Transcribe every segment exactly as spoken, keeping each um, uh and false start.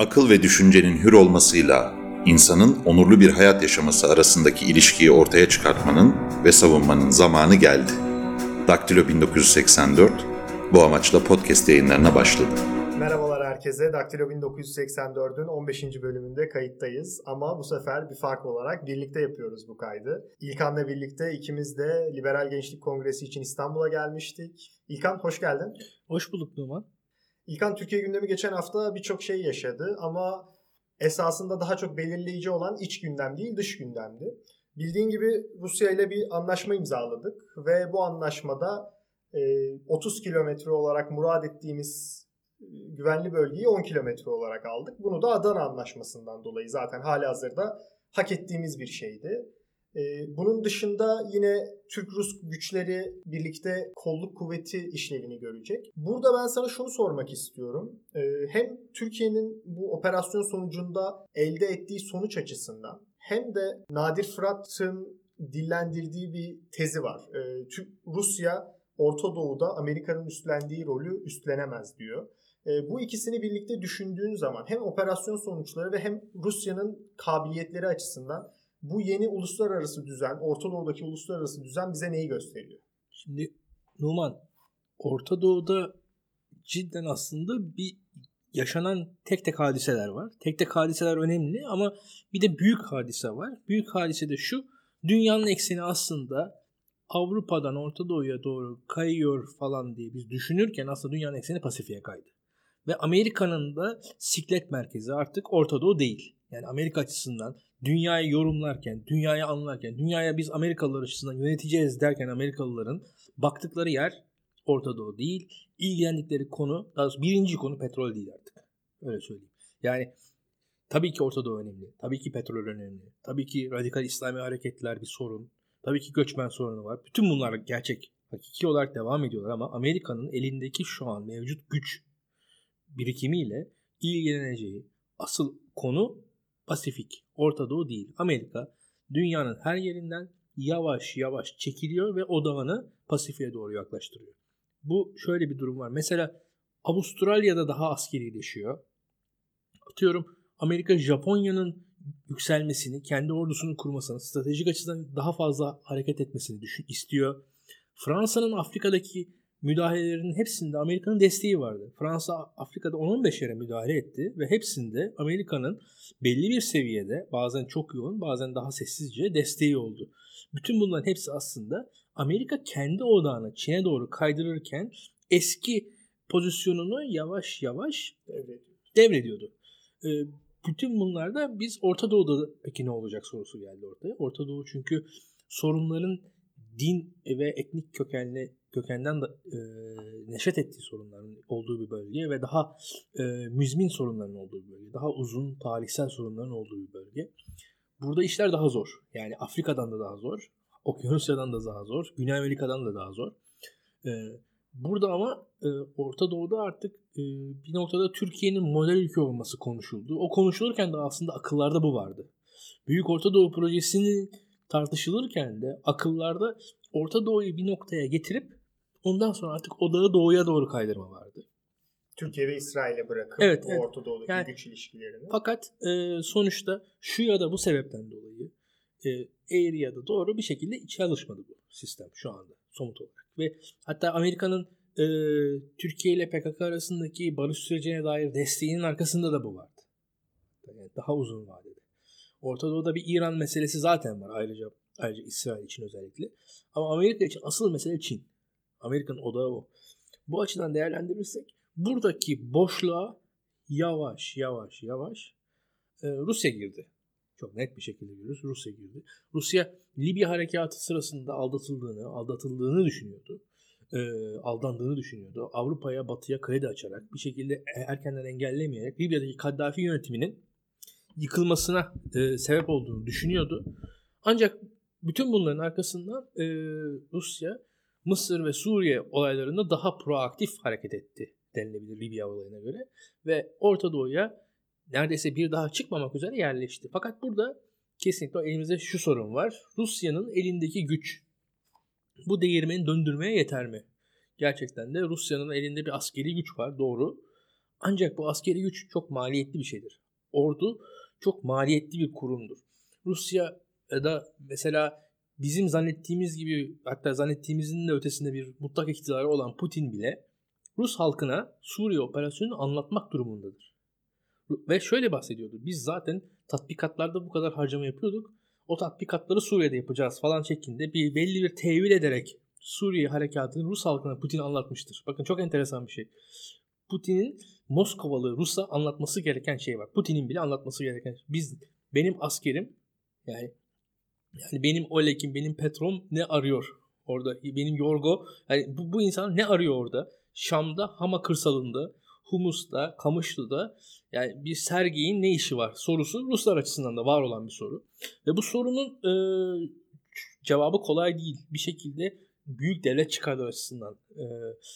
akıl ve düşüncenin hür olmasıyla insanın onurlu bir hayat yaşaması arasındaki ilişkiyi ortaya çıkartmanın ve savunmanın zamanı geldi. Daktilo bin dokuz yüz seksen dört bu amaçla podcast yayınlarına başladı. Merhabalar herkese. Daktilo bin dokuz yüz seksen dördün on beşinci bölümünde kayıttayız. Ama bu sefer bir fark olarak birlikte yapıyoruz bu kaydı. İlkan'la birlikte ikimiz de Liberal Gençlik Kongresi için İstanbul'a gelmiştik. İlkan hoş geldin. Hoş bulduk Numan. İlkan, Türkiye gündemi geçen hafta birçok şey yaşadı ama esasında daha çok belirleyici olan iç gündem değil dış gündemdi. Bildiğin gibi Rusya ile bir anlaşma imzaladık ve bu anlaşmada otuz kilometre olarak murad ettiğimiz güvenli bölgeyi on kilometre olarak aldık. Bunu da Adana Anlaşması'ndan dolayı zaten halihazırda hak ettiğimiz bir şeydi. Bunun dışında yine Türk-Rus güçleri birlikte kolluk kuvveti işlevini görecek. Burada ben sana şunu sormak istiyorum. Hem Türkiye'nin bu operasyon sonucunda elde ettiği sonuç açısından hem de Nadir Fırat'ın dillendirdiği bir tezi var. Rusya Orta Doğu'da Amerika'nın üstlendiği rolü üstlenemez diyor. Bu ikisini birlikte düşündüğün zaman hem operasyon sonuçları ve hem Rusya'nın kabiliyetleri açısından bu yeni uluslararası düzen, Orta Doğu'daki uluslararası düzen bize neyi gösteriyor? Şimdi Numan, Orta Doğu'da cidden aslında bir yaşanan tek tek hadiseler var. Tek tek hadiseler önemli ama bir de büyük hadise var. Büyük hadise de şu: dünyanın ekseni aslında Avrupa'dan Orta Doğu'ya doğru kayıyor falan diye biz düşünürken aslında dünyanın ekseni Pasifik'e kaydı. Ve Amerika'nın da siklet merkezi artık Orta Doğu değil. Yani Amerika açısından dünyayı yorumlarken, dünyayı anlarken, dünyaya biz Amerikalılar açısından yöneteceğiz derken Amerikalıların baktıkları yer Orta Doğu değil. İlgilendikleri konu, daha doğrusu birinci konu petrol değil artık. Öyle söyleyeyim. Yani tabii ki Orta Doğu önemli. Tabii ki petrol önemli. Tabii ki radikal İslami hareketler bir sorun. Tabii ki göçmen sorunu var. Bütün bunlar gerçek, hakiki olarak devam ediyorlar ama Amerika'nın elindeki şu an mevcut güç birikimiyle ilgileneceği asıl konu Pasifik, Orta Doğu değil. Amerika dünyanın her yerinden yavaş yavaş çekiliyor ve odağını Pasifik'e doğru yaklaştırıyor. Bu şöyle bir durum var. Mesela Avustralya'da daha askerileşiyor. Atıyorum Amerika Japonya'nın yükselmesini, kendi ordusunu kurmasını, stratejik açıdan daha fazla hareket etmesini düşün, istiyor. Fransa'nın Afrika'daki müdahalelerinin hepsinde Amerika'nın desteği vardı. Fransa Afrika'da on on beş yere müdahale etti ve hepsinde Amerika'nın belli bir seviyede, bazen çok yoğun, bazen daha sessizce desteği oldu. Bütün bunların hepsi aslında Amerika kendi odağını Çin'e doğru kaydırırken eski pozisyonunu yavaş yavaş devrediyordu. Ee, bütün bunlarda biz Orta Doğu'da peki ne olacak sorusu geldi ortaya. Orta Doğu çünkü sorunların din ve etnik kökenli kökenden de, e, neşet ettiği sorunların olduğu bir bölge ve daha e, müzmin sorunların olduğu bir bölge. Daha uzun tarihsel sorunların olduğu bir bölge. Burada işler daha zor. Yani Afrika'dan da daha zor. Okyanusya'dan da daha zor. Güney Amerika'dan da daha zor. E, burada ama e, Orta Doğu'da artık e, bir noktada Türkiye'nin model ülke olması konuşuldu. O konuşulurken de aslında akıllarda bu vardı. Büyük Orta Doğu projesini tartışılırken de akıllarda Orta Doğu'yu bir noktaya getirip ondan sonra artık odağı doğuya doğru kaydırma vardı. Türkiye ve İsrail'e bırakıp evet, evet. Orta Doğu'daki yani, güç ilişkilerini. Fakat e, sonuçta şu ya da bu sebepten dolayı e, eğri ya da doğru bir şekilde içe alışmadı bu sistem şu anda somut olarak. Ve hatta Amerika'nın e, Türkiye ile P K K arasındaki barış sürecine dair desteğinin arkasında da bu vardı. Yani daha uzun vadede. Orta Doğu'da bir İran meselesi zaten var ayrıca ayrıca İsrail için özellikle. Ama Amerika için asıl mesele Çin. Amerika'nın odağı o. Bu açıdan değerlendirirsek buradaki boşluğa yavaş yavaş yavaş e, Rusya girdi. Çok net bir şekilde görüyoruz. Rusya girdi. Rusya Libya harekatı sırasında aldatıldığını, aldatıldığını düşünüyordu. E, aldandığını düşünüyordu. Avrupa'ya, Batı'ya kredi açarak bir şekilde erkenden engellemeyerek Libya'daki Kaddafi yönetiminin yıkılmasına e, sebep olduğunu düşünüyordu. Ancak bütün bunların arkasından e, Rusya, Mısır ve Suriye olaylarında daha proaktif hareket etti denilebilir Libya olayına göre. Ve Orta Doğu'ya neredeyse bir daha çıkmamak üzere yerleşti. Fakat burada kesinlikle elimizde şu sorun var. Rusya'nın elindeki güç bu değirmeni döndürmeye yeter mi? Gerçekten de Rusya'nın elinde bir askeri güç var, doğru. Ancak bu askeri güç çok maliyetli bir şeydir. Ordu çok maliyetli bir kurumdur. Rusya'da mesela bizim zannettiğimiz gibi, hatta zannettiğimizin de ötesinde bir mutlak iktidarı olan Putin bile Rus halkına Suriye operasyonunu anlatmak durumundadır. Ve şöyle bahsediyordu. Biz zaten tatbikatlarda bu kadar harcama yapıyorduk. O tatbikatları Suriye'de yapacağız falan şeklinde bir belli bir tevil ederek Suriye harekatını Rus halkına Putin anlatmıştır. Bakın çok enteresan bir şey. Putin'in Moskovalı Rus'a anlatması gereken şey var. Putin'in bile anlatması gereken şey. Biz, benim askerim, yani yani benim Oleg'im, benim Petrom ne arıyor orada? Benim Yorgo, yani bu, bu insan ne arıyor orada? Şam'da, Hama kırsalında, Humus'ta, Kamışlı'da, yani bir Sergey'in ne işi var sorusu Ruslar açısından da var olan bir soru. Ve bu sorunun e, cevabı kolay değil. Bir şekilde büyük devlet çıkarları açısından e,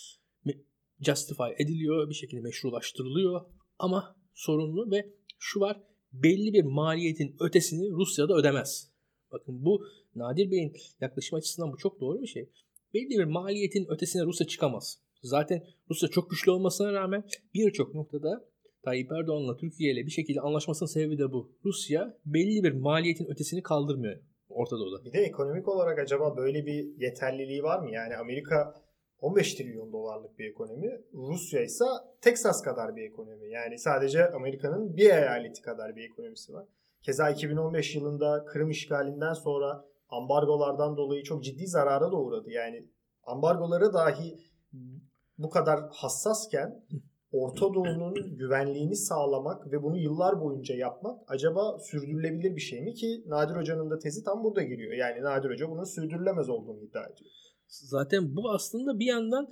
justify ediliyor, bir şekilde meşrulaştırılıyor ama sorunlu ve şu var, belli bir maliyetin ötesini Rusya'da ödemez. Bakın bu Nadir Bey'in yaklaşım açısından bu çok doğru bir şey. Belli bir maliyetin ötesine Rusya çıkamaz. Zaten Rusya çok güçlü olmasına rağmen birçok noktada Tayyip Erdoğan'la Türkiye ile bir şekilde anlaşmasının sebebi de bu. Rusya belli bir maliyetin ötesini kaldırmıyor Orta Doğu'da. Bir de ekonomik olarak acaba böyle bir yeterliliği var mı? Yani Amerika on beş trilyon dolarlık bir ekonomi. Rusya ise Teksas kadar bir ekonomi. Yani sadece Amerika'nın bir eyaleti kadar bir ekonomisi var. Keza iki bin on beş yılında Kırım işgalinden sonra ambargolardan dolayı çok ciddi zarara da uğradı. Yani ambargoları dahi bu kadar hassasken Orta Doğu'nun güvenliğini sağlamak ve bunu yıllar boyunca yapmak acaba sürdürülebilir bir şey mi ki Nadir Hoca'nın da tezi tam burada geliyor. Yani Nadir Hoca bunun sürdürülemez olduğunu iddia ediyor. Zaten bu aslında bir yandan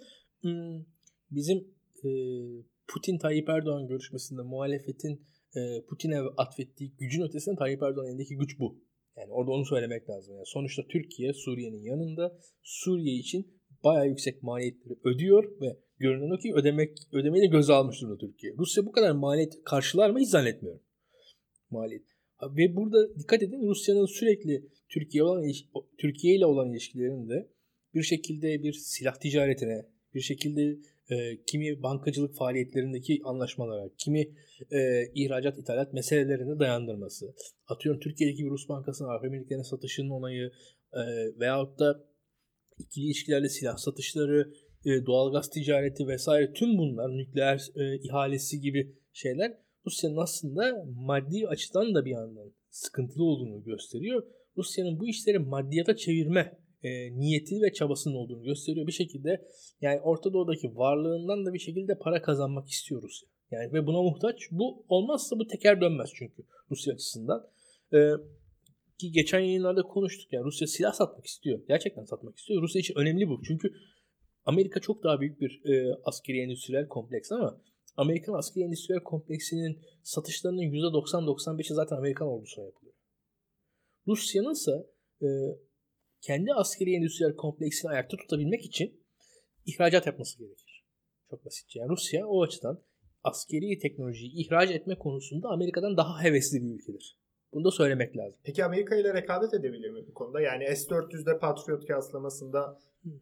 bizim Putin Tayyip Erdoğan görüşmesinde muhalefetin Putin'e atfettiği gücün ötesinde Tayyip Erdoğan'ın elindeki güç bu. Yani orada onu söylemek lazım. Yani sonuçta Türkiye Suriye'nin yanında, Suriye için bayağı yüksek maliyetleri ödüyor ve görünen o ki ödemek ödemeyi de göze almış durumda Türkiye. Rusya bu kadar maliyet karşılar mı hiç zannetmiyorum. Maliyet. Ve burada dikkat edin, Rusya'nın sürekli Türkiye olan Türkiye ile olan ilişkilerinde bir şekilde bir silah ticaretine, bir şekilde e, kimi bankacılık faaliyetlerindeki anlaşmalara, kimi e, ihracat ithalat meselelerine dayandırması, atıyorum Türkiye'deki bir Rus bankasının Arap Emirlikleri'ne satışının onayı e, veyahut da ikili ilişkilerle silah satışları, e, doğalgaz ticareti vesaire, tüm bunlar, nükleer e, ihalesi gibi şeyler Rusya'nın aslında maddi açıdan da bir yandan sıkıntılı olduğunu gösteriyor. Rusya'nın bu işleri maddiyata çevirme e, niyeti ve çabasının olduğunu gösteriyor. Bir şekilde yani Orta Doğu'daki varlığından da bir şekilde para kazanmak istiyor Rusya. Yani ve buna muhtaç. Bu olmazsa bu teker dönmez çünkü Rusya açısından. E, ki geçen yayınlarda konuştuk, yani Rusya silah satmak istiyor. Gerçekten satmak istiyor. Rusya için önemli bu. Çünkü Amerika çok daha büyük bir e, askeri endüstriyel kompleks ama Amerikan askeri endüstriyel kompleksinin satışlarının yüzde doksan doksan beşi zaten Amerikan ordusuna yapılıyor. Rusya'nın ise e, kendi askeri endüstriyel kompleksini ayakta tutabilmek için ihracat yapması gerekir. Çok basitçe. Yani Rusya o açıdan askeri teknolojiyi ihraç etme konusunda Amerika'dan daha hevesli bir ülkedir. Bunu da söylemek lazım. Peki Amerika ile rekabet edebilir mi bu konuda? Yani S dört yüzde Patriot kıyaslamasında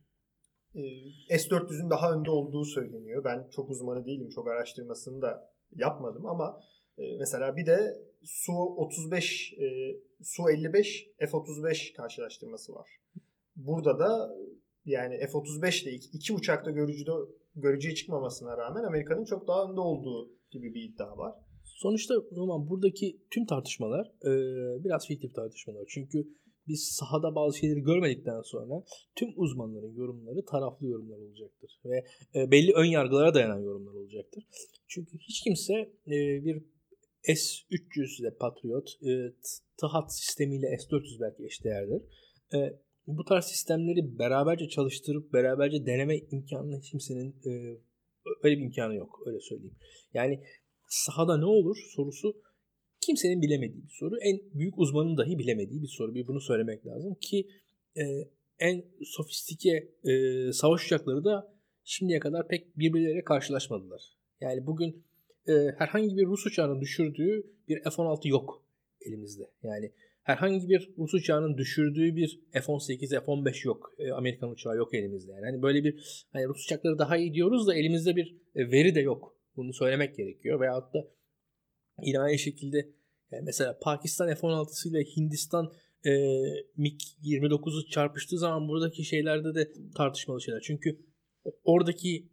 e, S dört yüzün daha önde olduğu söyleniyor. Ben çok uzmanı değilim. Çok araştırmasını da yapmadım ama e, mesela bir de Su otuz beş, e, Su elli beş, F otuz beş karşılaştırması var. Burada da yani F otuz beş ile iki, iki uçakta görücüde, görücüye çıkmamasına rağmen Amerika'nın çok daha önde olduğu gibi bir iddia var. Sonuçta Numan, buradaki tüm tartışmalar e, biraz fiktif tartışmalar. Çünkü biz sahada bazı şeyleri görmedikten sonra tüm uzmanların yorumları taraflı yorumlar olacaktır. Ve e, belli ön yargılara dayanan yorumlar olacaktır. Çünkü hiç kimse e, bir S üç yüz ile Patriot, e, THAAD sistemiyle S dört yüz belki eşdeğerdir. E, bu tarz sistemleri beraberce çalıştırıp beraberce deneme imkanı hiç kimsenin e, öyle bir imkanı yok. Öyle söyleyeyim. Yani sahada ne olur sorusu kimsenin bilemediği bir soru. En büyük uzmanın dahi bilemediği bir soru. Bir bunu söylemek lazım ki e, en sofistike e, savaş uçakları da şimdiye kadar pek birbirleriyle karşılaşmadılar. Yani bugün e, herhangi bir Rus uçağının düşürdüğü bir F on altı yok elimizde. Yani herhangi bir Rus uçağının düşürdüğü bir F on sekiz, F on beş yok. E, Amerikan uçağı yok elimizde. Yani hani böyle bir hani Rus uçakları daha iyi diyoruz da elimizde bir e, veri de yok. Bunu söylemek gerekiyor. Veyahut da yine aynı şekilde yani mesela Pakistan F on altısı ile Hindistan e, MiG yirmi dokuzu çarpıştığı zaman buradaki şeylerde de tartışmalı şeyler. Çünkü oradaki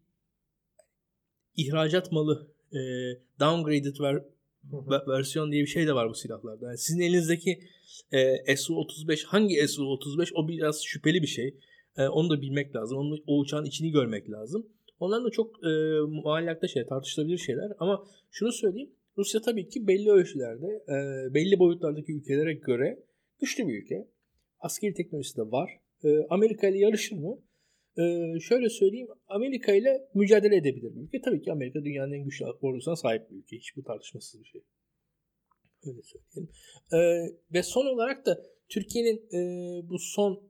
ihracat malı e, downgraded ver, versiyon diye bir şey de var bu silahlarda. Yani sizin elinizdeki e, S U otuz beş hangi S U otuz beş o biraz şüpheli bir şey. E, onu da bilmek lazım. Onu, o uçağın içini görmek lazım. Onların da çok e, muallakta şey, tartışılabilir şeyler. Ama şunu söyleyeyim. Rusya tabii ki belli ölçülerde, e, belli boyutlardaki ülkelere göre güçlü bir ülke. Askeri teknolojisi de var. E, Amerika ile yarışır mı? E, şöyle söyleyeyim. Amerika ile mücadele edebilir bir ülke. Tabii ki Amerika dünyanın en güçlü ordusuna sahip bir ülke. Hiç bu tartışmasız bir şey. Öyle söyleyelim. E, ve son olarak da Türkiye'nin e, bu son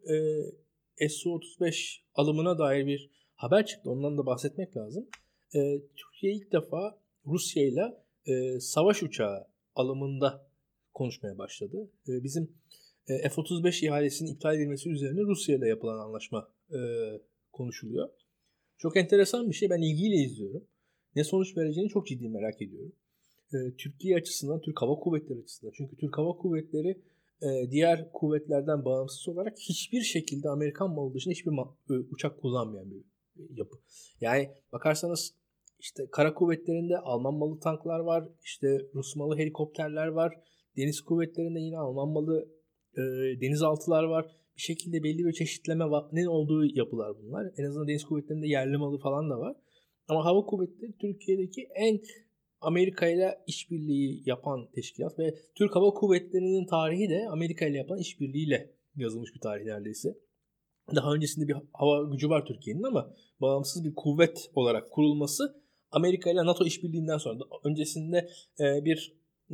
e, S U otuz beş alımına dair bir haber çıktı. Ondan da bahsetmek lazım. E, Türkiye ilk defa Rusya ile e, savaş uçağı alımında konuşmaya başladı. E, bizim e, F otuz beş ihalesinin iptal edilmesi üzerine Rusya ile yapılan anlaşma e, konuşuluyor. Çok enteresan bir şey. Ben ilgiyle izliyorum. Ne sonuç vereceğini çok ciddi merak ediyorum. E, Türkiye açısından, Türk Hava Kuvvetleri açısından. Çünkü Türk Hava Kuvvetleri e, diğer kuvvetlerden bağımsız olarak hiçbir şekilde Amerikan malı dışında hiçbir ma- e, uçak kullanmayan bir yapı. Yani bakarsanız işte kara kuvvetlerinde Alman malı tanklar var, işte Rus malı helikopterler var, deniz kuvvetlerinde yine Alman malı e, denizaltılar var. Bir şekilde belli bir çeşitleme var. Ne olduğu yapılar bunlar. En azından deniz kuvvetlerinde yerli malı falan da var. Ama hava kuvvetleri Türkiye'deki en Amerika ile işbirliği yapan teşkilat ve Türk Hava Kuvvetleri'nin tarihi de Amerika ile yapan işbirliğiyle yazılmış bir tarih neredeyse. Daha öncesinde bir hava gücü var Türkiye'nin ama bağımsız bir kuvvet olarak kurulması Amerika ile NATO işbirliğinden sonra. Öncesinde bir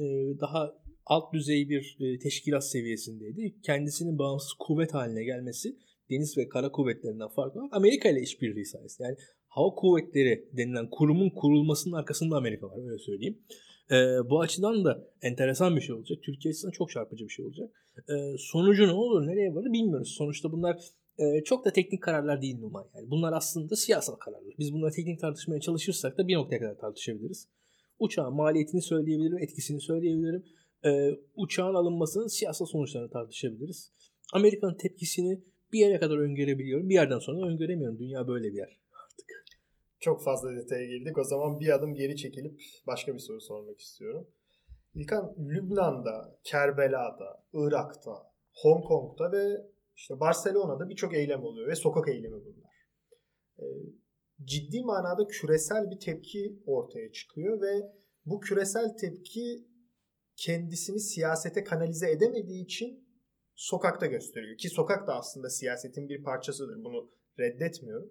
daha alt düzey bir teşkilat seviyesindeydi. Kendisinin bağımsız kuvvet haline gelmesi deniz ve kara kuvvetlerinden farklı olarak Amerika ile işbirliği sayesinde. Yani hava kuvvetleri denilen kurumun kurulmasının arkasında Amerika var, öyle söyleyeyim. Ee, bu açıdan da enteresan bir şey olacak. Türkiye açısından çok çarpıcı bir şey olacak. Ee, sonucu ne olur, nereye varır bilmiyoruz. Sonuçta bunlar e, çok da teknik kararlar değil Numan. Yani bunlar aslında siyasal kararlar. Biz bunları teknik tartışmaya çalışırsak da bir noktaya kadar tartışabiliriz. Uçağın maliyetini söyleyebilirim, etkisini söyleyebilirim. Ee, uçağın alınmasının siyasal sonuçlarını tartışabiliriz. Amerika'nın tepkisini bir yere kadar öngörebiliyorum. Bir yerden sonra öngöremiyorum. Dünya böyle bir yer artık. Çok fazla detaya girdik. O zaman bir adım geri çekilip başka bir soru sormak istiyorum. İlkan, Lübnan'da, Kerbela'da, Irak'ta, Hong Kong'da ve işte Barcelona'da birçok eylem oluyor ve sokak eylemi bunlar. Ee, ciddi manada küresel bir tepki ortaya çıkıyor ve bu küresel tepki kendisini siyasete kanalize edemediği için sokakta gösteriyor. Ki sokak da aslında siyasetin bir parçasıdır. Bunu reddetmiyorum.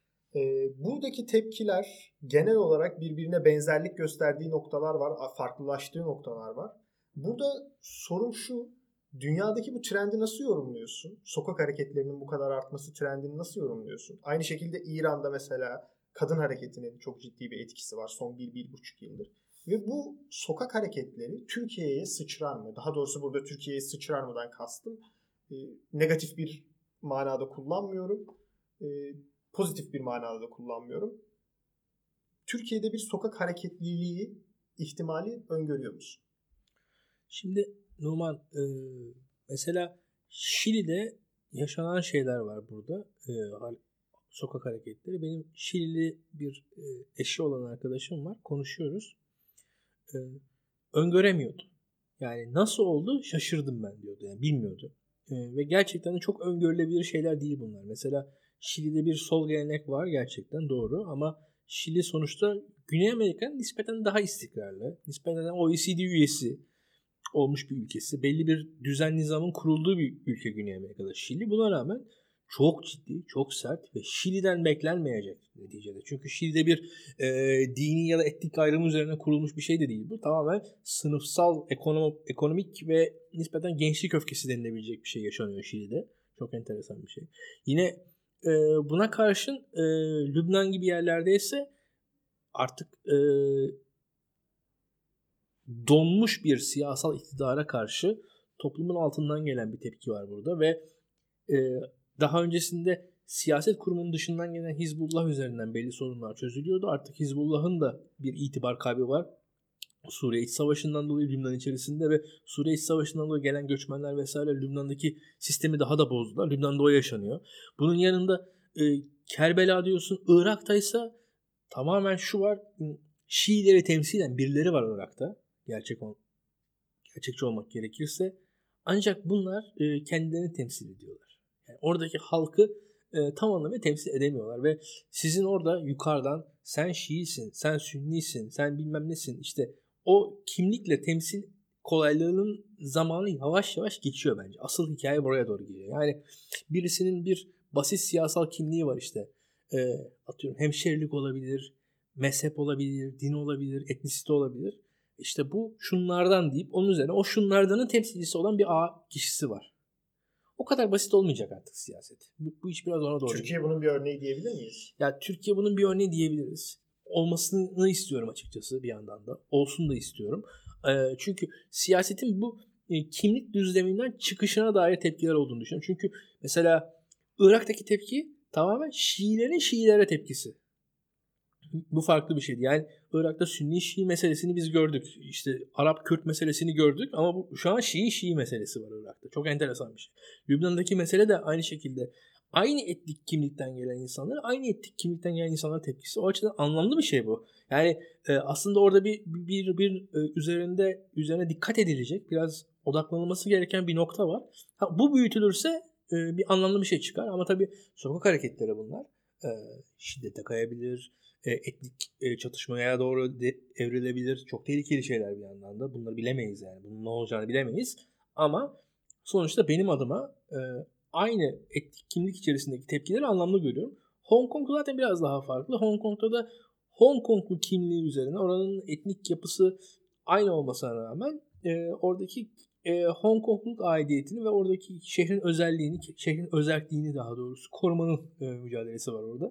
Ee, buradaki tepkiler genel olarak birbirine benzerlik gösterdiği noktalar var, farklılaştığı noktalar var. Burada sorun şu, dünyadaki bu trendi nasıl yorumluyorsun? Sokak hareketlerinin bu kadar artması trendini nasıl yorumluyorsun? Aynı şekilde İran'da mesela kadın hareketinin çok ciddi bir etkisi var son bir, bir buçuk yıldır. Ve bu sokak hareketleri Türkiye'ye sıçrar mı? Daha doğrusu burada Türkiye'ye sıçrar mıdan kastım. E, negatif bir manada kullanmıyorum. E, pozitif bir manada da kullanmıyorum. Türkiye'de bir sokak hareketliliği ihtimali öngörüyor musun? Şimdi Numan e, mesela Şili'de yaşanan şeyler var burada. E, sokak hareketleri. Benim Şilili bir e, eşi olan arkadaşım var. Konuşuyoruz. E, öngöremiyordu. Yani nasıl oldu şaşırdım ben diyordu. Yani bilmiyordu. E, ve gerçekten de çok öngörülebilir şeyler değil bunlar. Mesela Şili'de bir sol gelenek var gerçekten doğru ama Şili sonuçta Güney Amerika'nın nispeten daha istikrarlı. Nispeten O E C D üyesi olmuş bir ülkesi. Belli bir düzen nizamın kurulduğu bir ülke Güney Amerika'da Şili. Buna rağmen çok ciddi, çok sert ve Şili'den beklenmeyecek neticede. Çünkü Şili'de bir e, dini ya da etnik ayrımı üzerine kurulmuş bir şey de değil bu. Tamamen sınıfsal, ekonom, ekonomik ve nispeten gençlik öfkesi denilebilecek bir şey yaşanıyor Şili'de. Çok enteresan bir şey. Yine e, buna karşın e, Lübnan gibi yerlerde ise artık e, donmuş bir siyasal iktidara karşı toplumun altından gelen bir tepki var burada ve e, daha öncesinde siyaset kurumunun dışından gelen Hizbullah üzerinden belli sorunlar çözülüyordu. Artık Hizbullah'ın da bir itibar kaybı var. Suriye İç Savaşı'ndan dolayı Lübnan içerisinde ve Suriye İç Savaşı'ndan dolayı gelen göçmenler vesaire Lübnan'daki sistemi daha da bozdular. Lübnan'da o yaşanıyor. Bunun yanında e, Kerbela diyorsun. Irak'taysa tamamen şu var. Şiileri temsilen birileri var Irak'ta. Gerçek ol, gerçekçi olmak gerekirse. Ancak bunlar e, kendilerini temsil ediyorlar. Yani oradaki halkı e, tam anlamıyla temsil edemiyorlar ve sizin orada yukarıdan sen Şiisin, sen Sünnisin, sen bilmem nesin işte o kimlikle temsil kolaylığının zamanı yavaş yavaş geçiyor bence. Asıl hikaye buraya doğru geliyor. Yani birisinin bir basit siyasal kimliği var işte. E, atıyorum hemşerilik olabilir, mezhep olabilir, din olabilir, etnisite olabilir. İşte bu şunlardan deyip onun üzerine o şunlardanın temsilcisi olan bir A kişisi var. O kadar basit olmayacak artık siyaset. Bu, bu iş biraz ona doğru. Türkiye bunun bir örneği diyebilir miyiz? Ya Türkiye bunun bir örneği diyebiliriz. Olmasını istiyorum açıkçası bir yandan da. Olsun da istiyorum. Ee, çünkü siyasetin bu e, kimlik düzleminden çıkışına dair tepkiler olduğunu düşünüyorum. Çünkü mesela Irak'taki tepki tamamen Şiilerin Şiilere tepkisi. Bu farklı bir şeydi. Yani Irak'ta Sünni Şii meselesini biz gördük. İşte Arap-Kürt meselesini gördük ama bu şu an Şii Şii meselesi var Irak'ta. Çok enteresan bir şey. Lübnan'daki mesele de aynı şekilde. Aynı etnik kimlikten gelen insanlar, aynı etnik kimlikten gelen insanların tepkisi. O açıdan anlamlı bir şey bu. Yani e, aslında orada bir bir bir e, üzerinde üzerine dikkat edilecek, biraz odaklanılması gereken bir nokta var. Ha, bu büyütülürse e, bir anlamlı bir şey çıkar ama tabii sokak hareketleri bunlar. E, şiddete kayabilir, etnik çatışmaya doğru evrilebilir. Çok tehlikeli şeyler bir yandan da. Bunları bilemeyiz yani. Bunun ne olacağını bilemeyiz. Ama sonuçta benim adıma aynı etnik kimlik içerisindeki tepkileri anlamlı görüyorum. Hong Kong zaten biraz daha farklı. Hong Kong'da da Hong Konglu kimliği üzerine oranın etnik yapısı aynı olmasına rağmen oradaki Hong Kongluk aidiyetini ve oradaki şehrin özelliğini, şehrin özerkliğini daha doğrusu korumanın mücadelesi var orada.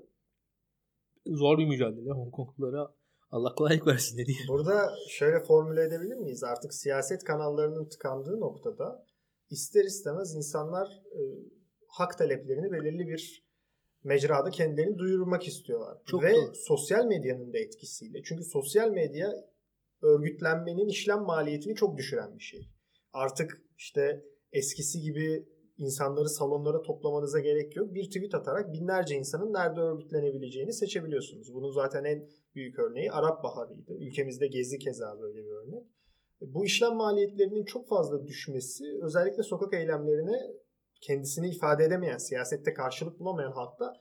Zor bir mücadele. Hong Konglulara Allah kolaylık versin dedi. Burada şöyle formüle edebilir miyiz? Artık siyaset kanallarının tıkandığı noktada ister istemez insanlar e, hak taleplerini belirli bir mecrada kendilerini duyurmak istiyorlar. Çok Ve doğru. sosyal medyanın da etkisiyle. Çünkü sosyal medya örgütlenmenin işlem maliyetini çok düşüren bir şey. Artık işte eskisi gibi İnsanları salonlara toplamanıza gerek yok. Bir tweet atarak binlerce insanın nerede örgütlenebileceğini seçebiliyorsunuz. Bunun zaten en büyük örneği Arap Baharı'ydı. Ülkemizde Gezi keza böyle bir örnek. Bu işlem maliyetlerinin çok fazla düşmesi özellikle sokak eylemlerine kendisini ifade edemeyen, siyasette karşılık bulamayan halkta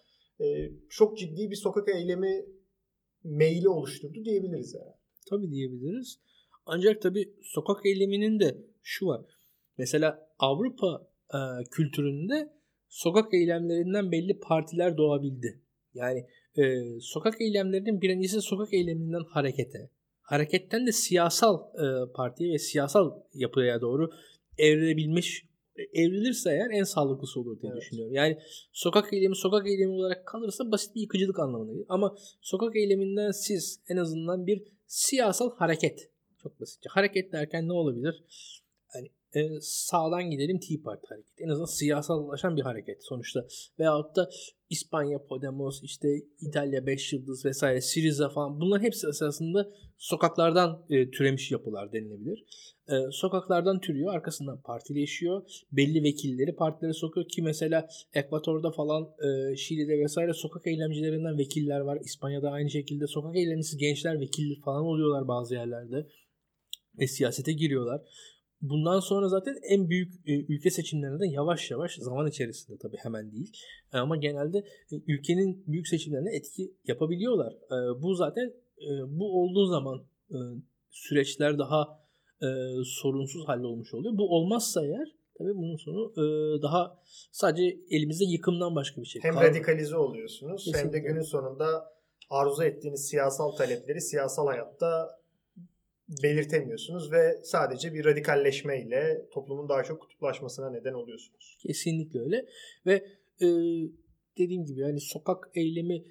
çok ciddi bir sokak eylemi meyli oluşturdu diyebiliriz yani. Tabii diyebiliriz. Ancak tabii sokak eyleminin de şu var. Mesela Avrupa kültüründe sokak eylemlerinden belli partiler doğabildi. Yani e, sokak eylemlerinin birincisi sokak eyleminden harekete, hareketten de siyasal e, partiye ve siyasal yapıya doğru evrilebilmiş, evrilirse eğer en sağlıklısı olur diye evet. düşünüyorum. Yani sokak eylemi sokak eylemi olarak kalırsa basit bir yıkıcılık anlamına gelir. Ama sokak eyleminden siz en azından bir siyasal hareket, çok basitçe hareket derken ne olabilir? Yani e, sağdan gidelim Tea Party hareketi. En azından siyasallaşan bir hareket sonuçta. Veyahut da İspanya Podemos, işte İtalya Beş Yıldız vesaire, Syriza falan, bunların hepsi esasında sokaklardan e, türemiş yapılar denilebilir. E, sokaklardan türüyor, arkasından partileşiyor. Belli vekilleri partilere sokuyor ki mesela Ekvator'da falan, e, Şili'de vesaire sokak eylemcilerinden vekiller var. İspanya'da aynı şekilde sokak eylemcisi gençler vekil falan oluyorlar bazı yerlerde. Ve siyasete giriyorlar. Bundan sonra zaten en büyük e, ülke seçimlerinde yavaş yavaş, zaman içerisinde tabii hemen değil e, ama genelde e, ülkenin büyük seçimlerine etki yapabiliyorlar. E, bu zaten e, bu olduğu zaman e, süreçler daha e, sorunsuz hallolmuş oluyor. Bu olmazsa eğer tabii bunun sonu e, daha sadece elimizde yıkımdan başka bir şey. Hem Kal- radikalize oluyorsunuz Kesinlikle. Hem de günün sonunda arzu ettiğiniz siyasal talepleri siyasal hayatta belirtemiyorsunuz ve sadece bir radikalleşmeyle toplumun daha çok kutuplaşmasına neden oluyorsunuz. Kesinlikle öyle ve e, dediğim gibi yani sokak eylemi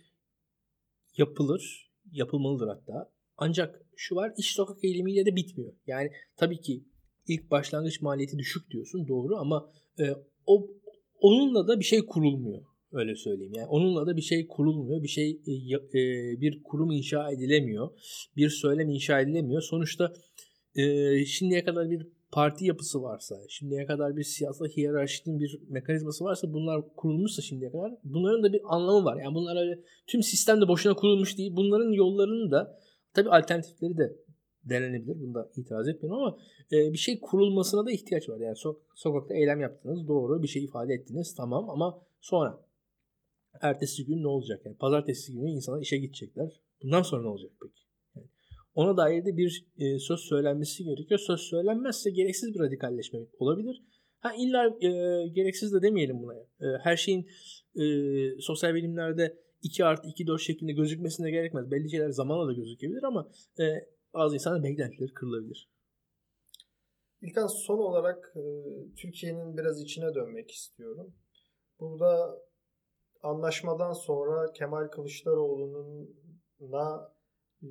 yapılır, yapılmalıdır hatta. Ancak şu var, iş sokak eylemiyle de bitmiyor. Yani tabii ki ilk başlangıç maliyeti düşük diyorsun, doğru, ama e, o onunla da bir şey kurulmuyor. Öyle söyleyeyim. Yani onunla da bir şey kurulmuyor. Bir şey e, ya- e, bir kurum inşa edilemiyor. Bir söylem inşa edilemiyor. Sonuçta e, şimdiye kadar bir parti yapısı varsa, şimdiye kadar bir siyasal hiyerarşinin bir mekanizması varsa, bunlar kurulmuşsa şimdiye kadar, bunların da bir anlamı var. Yani bunlar öyle tüm sistem de boşuna kurulmuş değil. Bunların yollarının da tabii alternatifleri de denenebilir. Bunda itiraz etmiyorum ama e, bir şey kurulmasına da ihtiyaç var. Yani so- sokakta eylem yaptınız, doğru bir şey ifade ettiniz, tamam, ama sonra ertesi gün ne olacak? Yani pazartesi günü insanlar işe gidecekler. Bundan sonra ne olacak peki? Yani ona dair de bir e, söz söylenmesi gerekiyor. Söz söylenmezse gereksiz bir radikalleşme olabilir. Ha illa e, gereksiz de demeyelim buna. E, her şeyin e, sosyal bilimlerde iki artı iki dört şeklinde gözükmesine gerekmez. Belli şeyler zamanla da gözükebilir ama e, bazı insanların beklentileri kırılabilir. İlkan, son olarak e, Türkiye'nin biraz içine dönmek istiyorum. Burada anlaşmadan sonra Kemal Kılıçdaroğlu'na e,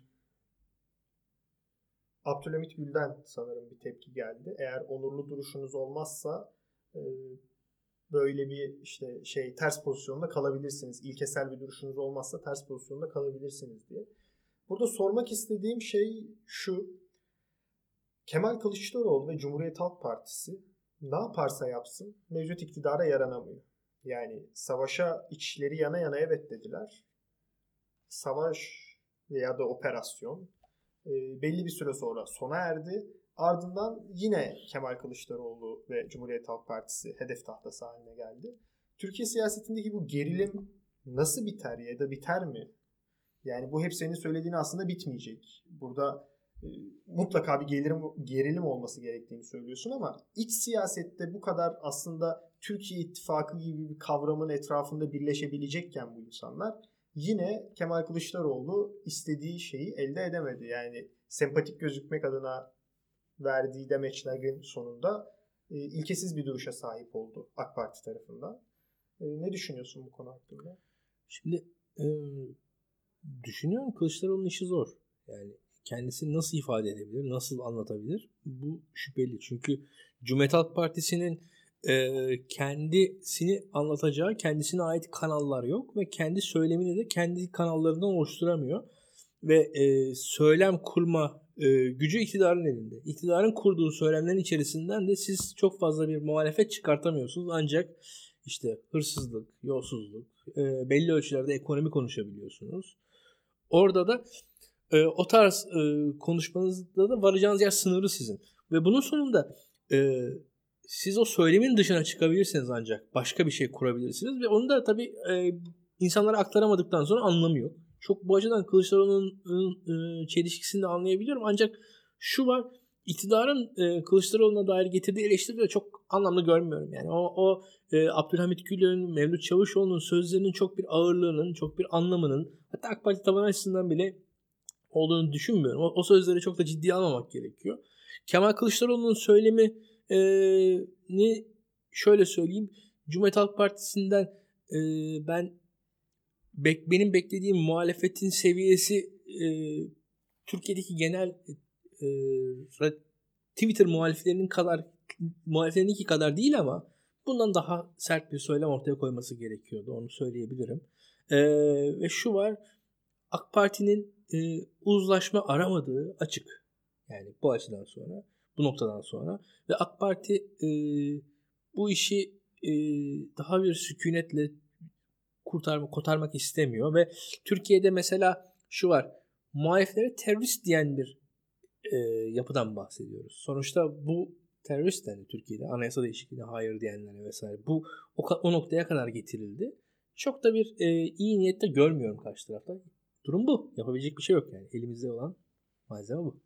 Abdülhamit Gül'den sanırım bir tepki geldi. Eğer onurlu duruşunuz olmazsa e, böyle bir işte şey ters pozisyonda kalabilirsiniz. İlkesel bir duruşunuz olmazsa ters pozisyonda kalabilirsiniz diye. Burada sormak istediğim şey şu. Kemal Kılıçdaroğlu ve Cumhuriyet Halk Partisi ne yaparsa yapsın mevcut iktidara yaranamıyor. Yani savaşa içleri yana yana evet dediler. Savaş veya da operasyon e, belli bir süre sonra sona erdi. Ardından yine Kemal Kılıçdaroğlu ve Cumhuriyet Halk Partisi hedef tahtası haline geldi. Türkiye siyasetindeki bu gerilim nasıl biter ya da biter mi? Yani bu hep senin söylediğin aslında bitmeyecek. Burada e, mutlaka bir gerilim, gerilim olması gerektiğini söylüyorsun ama iç siyasette bu kadar aslında Türkiye İttifakı gibi bir kavramın etrafında birleşebilecekken bu insanlar yine Kemal Kılıçdaroğlu istediği şeyi elde edemedi. Yani sempatik gözükmek adına verdiği demeçlerin sonunda e, ilkesiz bir duruşa sahip oldu AK Parti tarafından. E, ne düşünüyorsun bu konu hakkında? Şimdi e, düşünüyorum, Kılıçdaroğlu'nun işi zor. Yani kendisini nasıl ifade edebilir, nasıl anlatabilir? Bu şüpheli. Çünkü Cumhuriyet Halk Partisi'nin e, kendisini anlatacağı, kendisine ait kanallar yok ve kendi söylemini de kendi kanallarından oluşturamıyor. Ve e, söylem kurma e, gücü iktidarın elinde. İktidarın kurduğu söylemlerin içerisinden de siz çok fazla bir muhalefet çıkartamıyorsunuz. Ancak işte hırsızlık, yolsuzluk, e, belli ölçülerde ekonomi konuşabiliyorsunuz. Orada da e, o tarz e, konuşmanızda da varacağınız yer sınırlı sizin. Ve bunun sonunda e, siz o söylemin dışına çıkabilirsiniz, ancak başka bir şey kurabilirsiniz. Ve onu da tabii e, insanlara aktaramadıktan sonra anlamıyor. Çok bu açıdan Kılıçdaroğlu'nun e, çelişkisini de anlayabiliyorum. Ancak şu var, iktidarın e, Kılıçdaroğlu'na dair getirdiği eleştirileri çok anlamlı görmüyorum. Yani o, o e, Abdülhamit Gül'ün, Mevlüt Çavuşoğlu'nun sözlerinin çok bir ağırlığının, çok bir anlamının, hatta AK Parti tabanı açısından bile olduğunu düşünmüyorum. O, o sözleri çok da ciddiye almamak gerekiyor. Kemal Kılıçdaroğlu'nun söylemi e, ni şöyle söyleyeyim. Cumhuriyet Halk Partisi'nden e, ben bek, benim beklediğim muhalefetin seviyesi e, Türkiye'deki genel e, Twitter muhaliflerinin kadar muhaliflerinki kadar değil ama bundan daha sert bir söylem ortaya koyması gerekiyordu. Onu söyleyebilirim. E, ve şu var, AK Parti'nin e, uzlaşma aramadığı açık. Yani bu açıdan sonra, bu noktadan sonra ve AK Parti e, bu işi e, daha bir sükunetle kurtarmak, kotarmak istemiyor ve Türkiye'de mesela şu var, muhaliflere terörist diyen bir e, yapıdan bahsediyoruz. Sonuçta bu terörist, yani Türkiye'de anayasa değişikliğine hayır diyenlere vesaire, bu o, o noktaya kadar getirildi. Çok da bir e, iyi niyette görmüyorum karşı tarafta. Durum bu. Yapabilecek bir şey yok yani. Elimizde olan malzeme bu.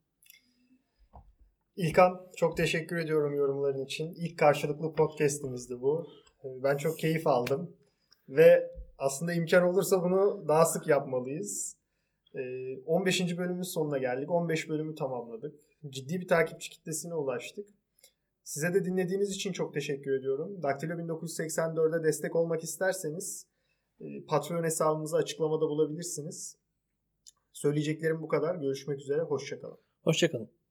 İlkan, çok teşekkür ediyorum yorumların için. İlk karşılıklı podcast'imizdi bu. Ben çok keyif aldım. Ve aslında imkan olursa bunu daha sık yapmalıyız. on beşinci bölümün sonuna geldik. on beş bölümü tamamladık. Ciddi bir takipçi kitlesine ulaştık. Size de dinlediğiniz için çok teşekkür ediyorum. Daktilo bin dokuz yüz seksen dörde destek olmak isterseniz Patreon hesabımızı açıklamada bulabilirsiniz. Söyleyeceklerim bu kadar. Görüşmek üzere. Hoşça kalın. Hoşça kalın.